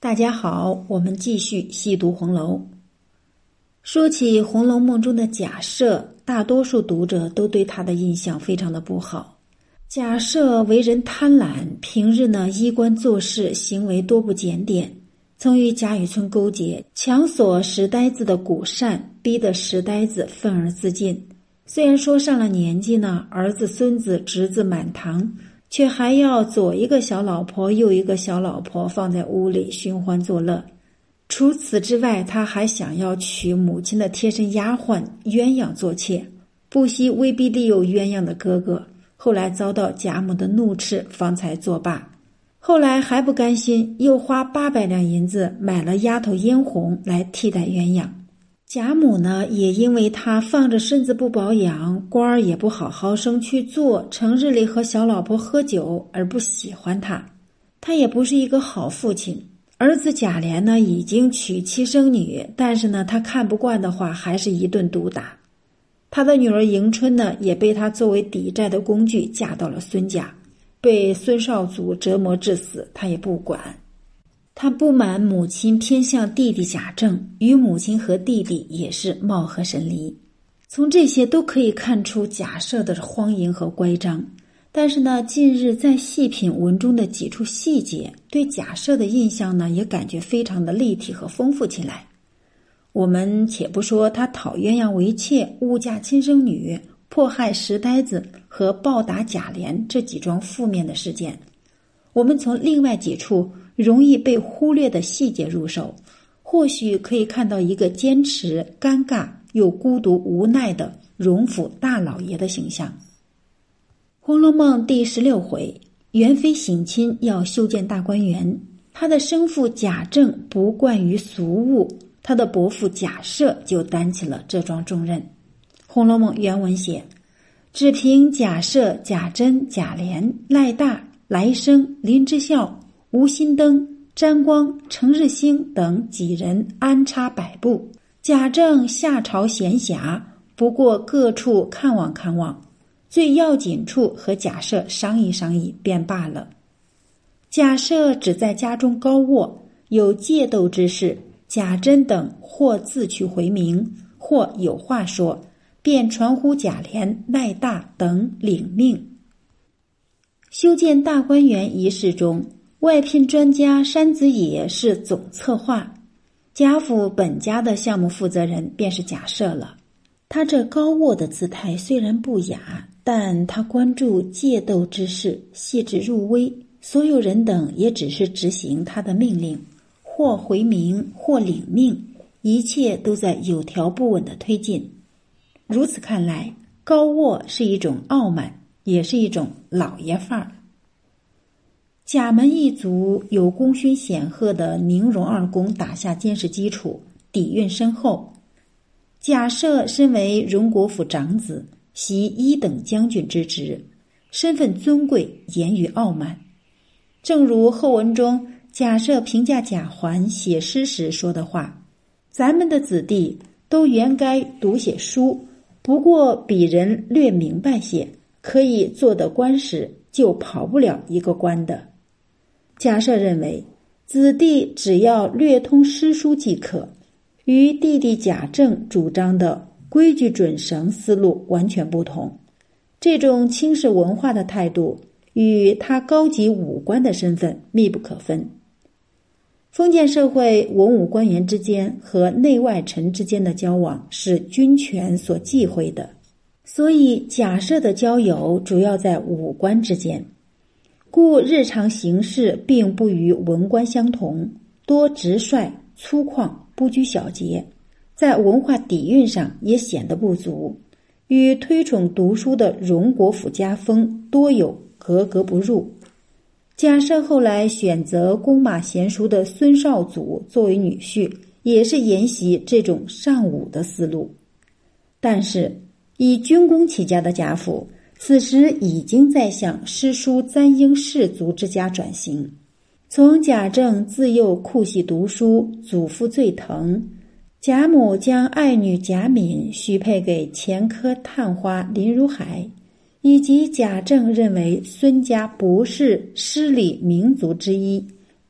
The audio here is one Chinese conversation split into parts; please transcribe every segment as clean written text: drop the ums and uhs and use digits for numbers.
大家好，我们继续细读红楼。说起《红楼梦》中的贾赦，大多数读者都对他的印象非常的不好。贾赦为人贪婪，平日呢衣冠做事，行为多不检点，曾与贾雨村勾结，强索石呆子的古扇，逼得石呆子愤而自尽。虽然说上了年纪呢，儿子孙子侄子满堂，却还要左一个小老婆右一个小老婆放在屋里寻欢作乐。除此之外，他还想要娶母亲的贴身丫鬟鸳鸯做妾，不惜威逼利诱鸳鸯的哥哥，后来遭到贾母的怒斥，方才作罢。后来还不甘心，又花800两银子买了丫头嫣红来替代鸳鸯。贾母呢，也因为他放着身子不保养，官儿也不好好升去做，成日里和小老婆喝酒，而不喜欢他。他也不是一个好父亲。儿子贾琏呢，已经娶妻生女，但是呢，他看不惯的话，还是一顿毒打。他的女儿迎春呢，也被他作为抵债的工具嫁到了孙家，被孙绍祖折磨致死，他也不管。他不满母亲偏向弟弟贾政，与母亲和弟弟也是貌合神离。从这些都可以看出贾赦的荒淫和乖张。但是呢，近日在细品文中的几处细节，对贾赦的印象呢，也感觉非常的立体和丰富起来。我们且不说他讨鸳鸯为妾、误嫁亲生女、迫害石呆子和暴打贾琏这几桩负面的事件，我们从另外几处容易被忽略的细节入手，或许可以看到一个坚持、尴尬又孤独无奈的荣府大老爷的形象。红楼梦第16回，元妃省亲要修建大观园，他的生父贾政不惯于俗物，他的伯父贾赦就担起了这桩重任。红楼梦原文写，只凭贾赦、贾珍、贾琏、赖大、来生、林之孝、吴心登、詹光、程日兴等几人安插摆布，贾政下朝闲暇，不过各处看望看望，最要紧处和贾赦商议商议便罢了。贾赦只在家中高卧，有借斗之事，贾珍等或自去回明，或有话说，便传呼贾琏、赖大等领命。修建大观园一事中，外聘专家山子野是总策划，贾府本家的项目负责人便是贾赦了。他这高卧的姿态虽然不雅，但他关注借斗之事，细致入微，所有人等也只是执行他的命令，或回明，或领命，一切都在有条不紊的推进。如此看来，高卧是一种傲慢，也是一种老爷范儿。贾门一族有功勋显赫的宁荣二公打下坚实基础，底蕴深厚。贾赦身为荣国府长子，袭1等将军之职，身份尊贵，言语傲慢。正如后文中贾赦评价贾环写诗时说的话，咱们的子弟都原该读写书，不过比人略明白些，可以做得官时，就跑不了一个官的。贾赦认为子弟只要略通诗书即可，与弟弟贾政主张的规矩准绳思路完全不同。这种轻视文化的态度与他高级武官的身份密不可分。封建社会文武官员之间和内外臣之间的交往是君权所忌讳的，所以贾赦的交友主要在武官之间，故日常行事并不与文官相同，多直率粗犷，不拘小节，在文化底蕴上也显得不足，与推崇读书的荣国府家风多有格格不入。贾赦后来选择弓马娴熟的孙绍祖作为女婿，也是沿袭这种尚武的思路。但是以军功起家的贾府此时已经在向诗书簪缨士族之家转型。从贾政自幼酷喜读书，祖父最疼，贾母将爱女贾敏许配给前科探花林如海，以及贾政认为孙家不是诗礼民族之一，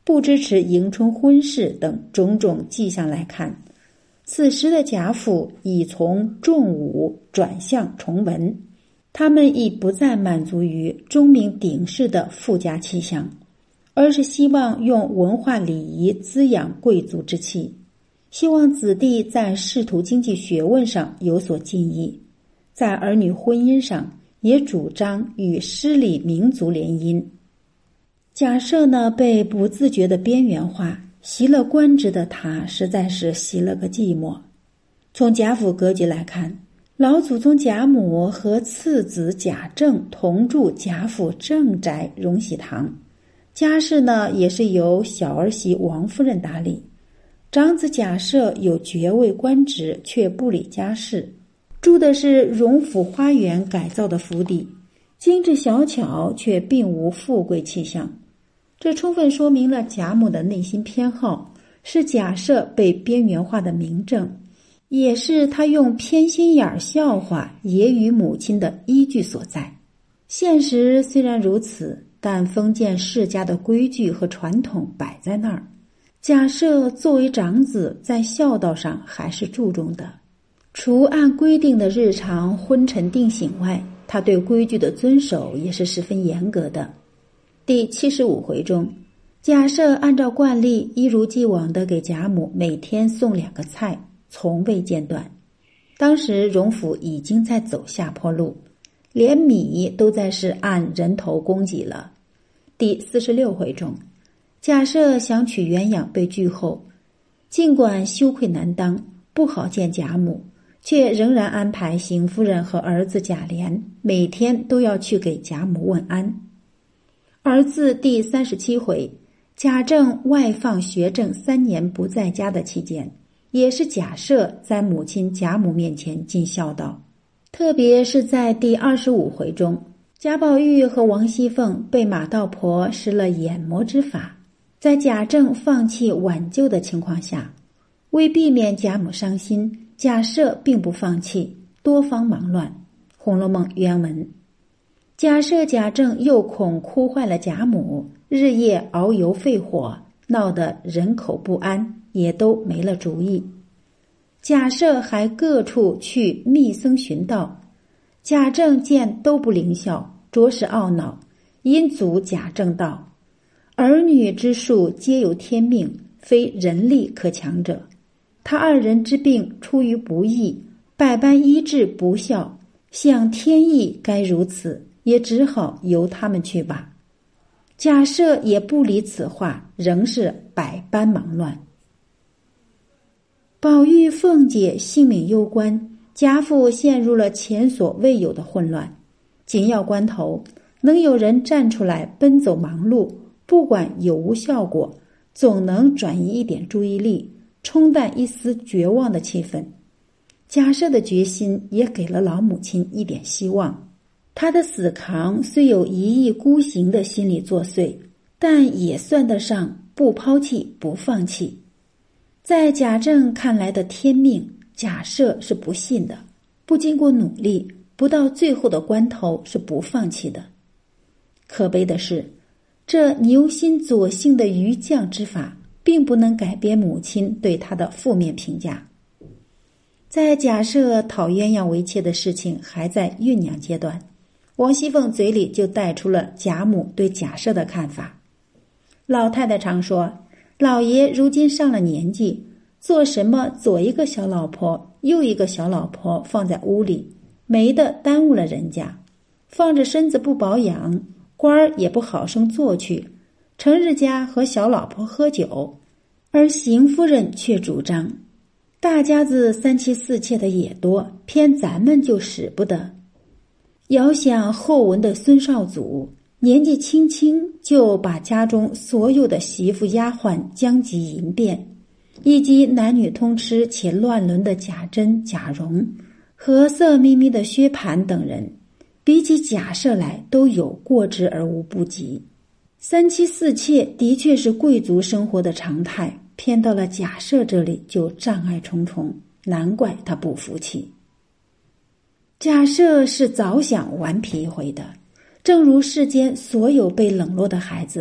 不支持迎春婚事等种种迹象来看，此时的贾府已从重武转向崇文，他们已不再满足于钟鸣鼎食的富家气象，而是希望用文化礼仪滋养贵族之气，希望子弟在仕途经济学问上有所进益，在儿女婚姻上也主张与诗礼民族联姻。贾赦呢，被不自觉的边缘化，袭了官职的他实在是袭了个寂寞。从贾府格局来看，老祖宗贾母和次子贾政同住贾府正宅荣禧堂，家事呢也是由小儿媳王夫人打理，长子贾赦有爵位官职，却不理家事，住的是荣府花园改造的府邸，精致小巧，却并无富贵气象。这充分说明了贾母的内心偏好，是贾赦被边缘化的明证，也是他用偏心眼笑话揶揄母亲的依据所在。现实虽然如此，但封建世家的规矩和传统摆在那儿，贾赦作为长子，在孝道上还是注重的。除按规定的日常昏沉定省外，他对规矩的遵守也是十分严格的。第75回中，贾赦按照惯例一如既往地给贾母每天送2个菜，从未间断。当时荣府已经在走下坡路，连米都在是按人头供给了。第46回中，贾赦想取鸳鸯被拒后，尽管羞愧难当，不好见贾母，却仍然安排邢夫人和儿子贾琏每天都要去给贾母问安。而自第37回，贾政外放学政3年不在家的期间，也是贾赦在母亲贾母面前尽孝道。特别是在第25回中，贾宝玉和王熙凤被马道婆施了眼魔之法，在贾政放弃挽救的情况下，为避免贾母伤心，贾赦并不放弃，多方忙乱。《红楼梦》原文：贾赦贾政又恐哭坏了贾母，日夜熬油肺火，闹得人口不安，也都没了主意。贾赦还各处去密僧寻道，贾政见都不灵效，着实懊恼，因阻贾政道：儿女之术皆有天命，非人力可强者。他2人之病出于不义，百般医治不效，想天意该如此，也只好由他们去吧。贾赦也不理此话，仍是百般忙乱。宝玉、凤姐性命攸关，贾府陷入了前所未有的混乱。紧要关头，能有人站出来奔走忙碌，不管有无效果，总能转移一点注意力，冲淡一丝绝望的气氛。贾赦的决心也给了老母亲一点希望。他的死扛虽有一意孤行的心理作祟，但也算得上不抛弃不放弃。在贾政看来的天命，贾赦是不信的，不经过努力，不到最后的关头是不放弃的。可悲的是，这牛心左性的愚犟之法，并不能改变母亲对他的负面评价。在贾赦讨鸳鸯为妾的事情还在酝酿阶段，王熙凤嘴里就带出了贾母对贾赦的看法。老太太常说，老爷如今上了年纪，做什么左一个小老婆右一个小老婆放在屋里，没的耽误了人家，放着身子不保养，官儿也不好生做去，成日家和小老婆喝酒。而邢夫人却主张，大家子3妻4妾的也多，偏咱们就使不得。遥想后文的孙少祖，年纪轻轻就把家中所有的媳妇丫鬟将及淫变，以及男女通吃且乱伦的贾珍、贾蓉和色眯眯的薛蟠等人，比起贾赦来都有过之而无不及。3妻4妾的确是贵族生活的常态，偏到了贾赦这里就障碍重重，难怪他不服气。贾赦是早想顽皮一回的，正如世间所有被冷落的孩子，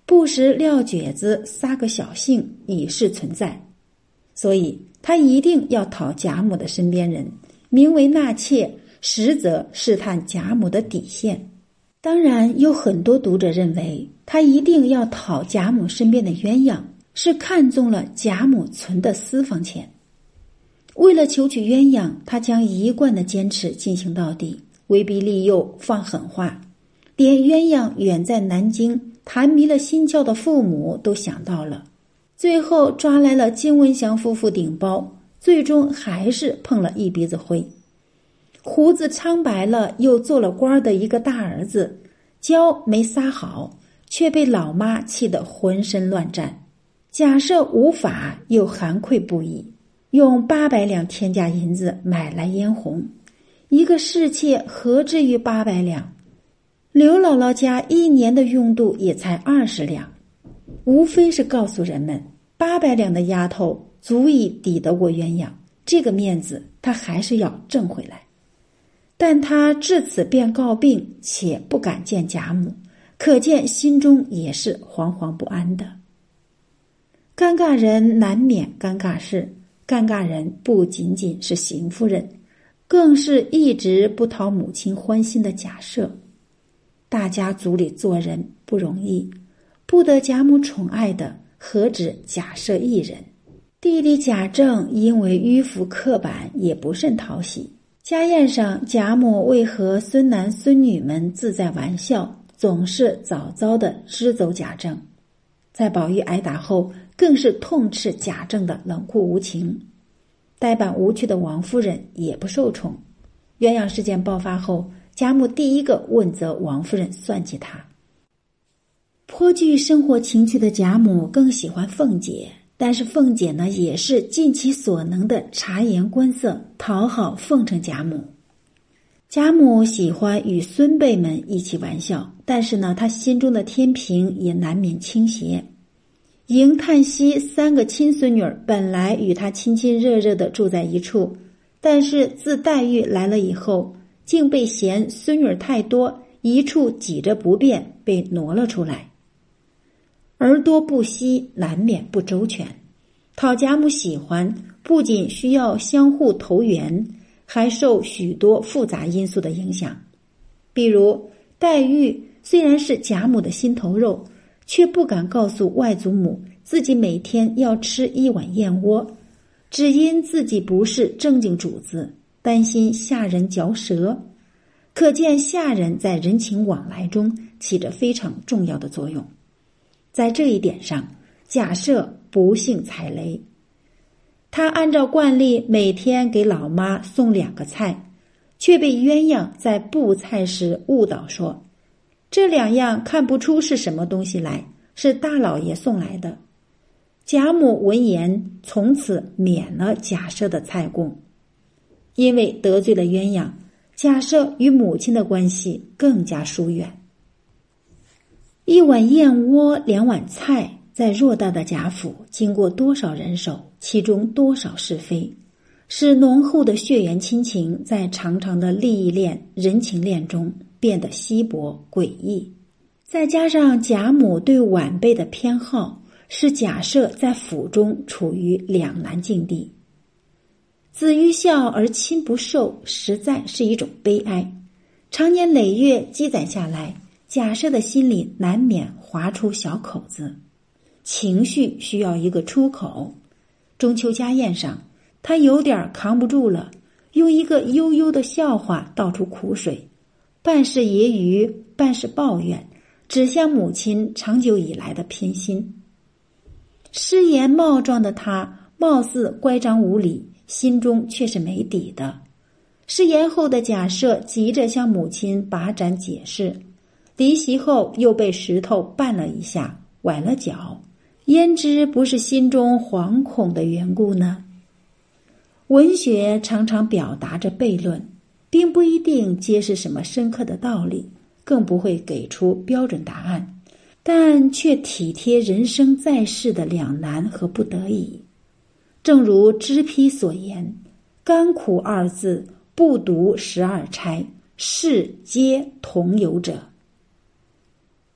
不时撂蹶子撒个小性以示存在，所以他一定要讨贾母的身边人，名为纳妾，实则试探贾母的底线。当然有很多读者认为他一定要讨贾母身边的鸳鸯，是看中了贾母存的私房钱。为了求取鸳鸯，他将一贯的坚持进行到底，威逼利诱，放狠话，连鸳鸯远在南京弹迷了心窍的父母都想到了，最后抓来了金文祥夫妇顶包，最终还是碰了一鼻子灰。胡子苍白了又做了官的一个大儿子，跤没撒好，却被老妈气得浑身乱颤。贾赦无法又含愧不已，用800两天价银子买来嫣红，一个侍妾何至于800两？刘姥姥家1年的用度也才20两，无非是告诉人们800两的丫头足以抵得过鸳鸯，这个面子她还是要挣回来。但她至此便告病，且不敢见贾母，可见心中也是惶惶不安的。尴尬人难免尴尬事，尴尬人不仅仅是邢夫人，更是一直不讨母亲欢心的贾赦。大家族里做人不容易，不得贾母宠爱的何止贾赦一人。弟弟贾政因为迂腐刻板，也不甚讨喜。家宴上，贾母为和孙男孙女们自在玩笑，总是早早地支走贾政。在宝玉挨打后，更是痛斥贾政的冷酷无情。呆板无趣的王夫人也不受宠。鸳鸯事件爆发后，贾母第一个问责王夫人算计她。颇具生活情趣的贾母更喜欢凤姐，但是凤姐呢，也是尽其所能的察言观色，讨好奉承贾母。贾母喜欢与孙辈们一起玩笑，但是呢，她心中的天平也难免倾斜。迎叹息3个亲孙女本来与她亲亲热热的住在一处，但是自黛玉来了以后，竟被嫌孙女太多，一处挤着不便，被挪了出来。儿多不惜，难免不周全。讨贾母喜欢，不仅需要相互投缘，还受许多复杂因素的影响。比如黛玉虽然是贾母的心头肉，却不敢告诉外祖母自己每天要吃1碗燕窝，只因自己不是正经主子，担心下人嚼舌。可见下人在人情往来中起着非常重要的作用。在这一点上，贾赦不幸踩雷。他按照惯例每天给老妈送2个菜，却被鸳鸯在布菜时误导说，这2样看不出是什么东西来，是大老爷送来的。贾母闻言，从此免了贾赦的菜供。因为得罪了鸳鸯，贾赦与母亲的关系更加疏远。1碗燕窝2碗菜，在偌大的贾府经过多少人手，其中多少是非，使浓厚的血缘亲情在长长的利益链、人情链中变得稀薄诡异。再加上贾母对晚辈的偏好，使贾赦在府中处于两难境地。子欲孝而亲不受，实在是一种悲哀。长年累月积攒下来，贾赦的心里难免划出小口子，情绪需要一个出口。中秋家宴上，他有点扛不住了，用一个悠悠的笑话道出苦水，半是揶揄，半是抱怨，指向母亲长久以来的偏心。失言冒撞的他，貌似乖张无礼，心中却是没底的。失言后的贾赦急着向母亲把盏解释，离席后又被石头绊了一下，崴了脚，焉知不是心中惶恐的缘故呢？文学常常表达着悖论，并不一定揭示什么深刻的道理，更不会给出标准答案，但却体贴人生在世的两难和不得已。正如脂批所言，甘苦二字，不独12钗，世皆同有者。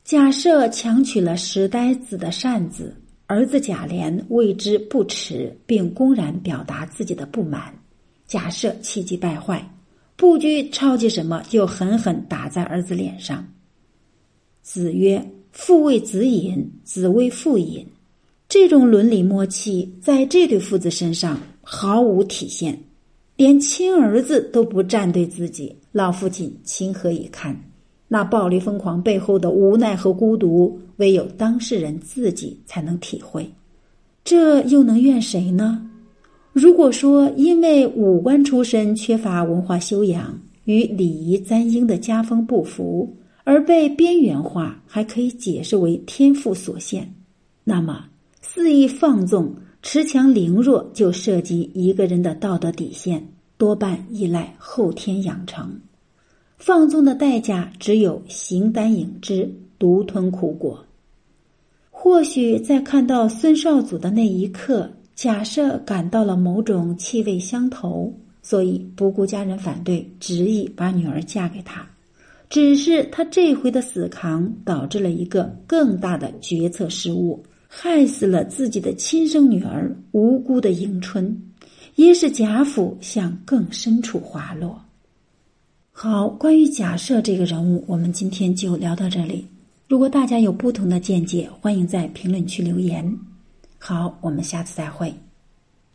贾赦强娶了石呆子的扇子，儿子贾琏为之不耻，并公然表达自己的不满。贾赦气急败坏，不拘抄起什么就狠狠打在儿子脸上。子曰：父为子隐，子为父隐。这种伦理默契在这对父子身上毫无体现，连亲儿子都不站对自己，老父亲情何以堪？那暴力疯狂背后的无奈和孤独，唯有当事人自己才能体会。这又能怨谁呢？如果说因为武官出身缺乏文化修养，与礼仪簪缨的家风不符，而被边缘化，还可以解释为天赋所限。那么肆意放纵、恃强凌弱就涉及一个人的道德底线，多半依赖后天养成。放纵的代价只有形单影只，独吞苦果。或许在看到孙绍祖的那一刻，贾赦感到了某种气味相投，所以不顾家人反对，执意把女儿嫁给他。只是他这回的死扛导致了一个更大的决策失误，害死了自己的亲生女儿无辜的迎春，也使贾府向更深处滑落。好，关于贾赦这个人物，我们今天就聊到这里。如果大家有不同的见解，欢迎在评论区留言。好，我们下次再会。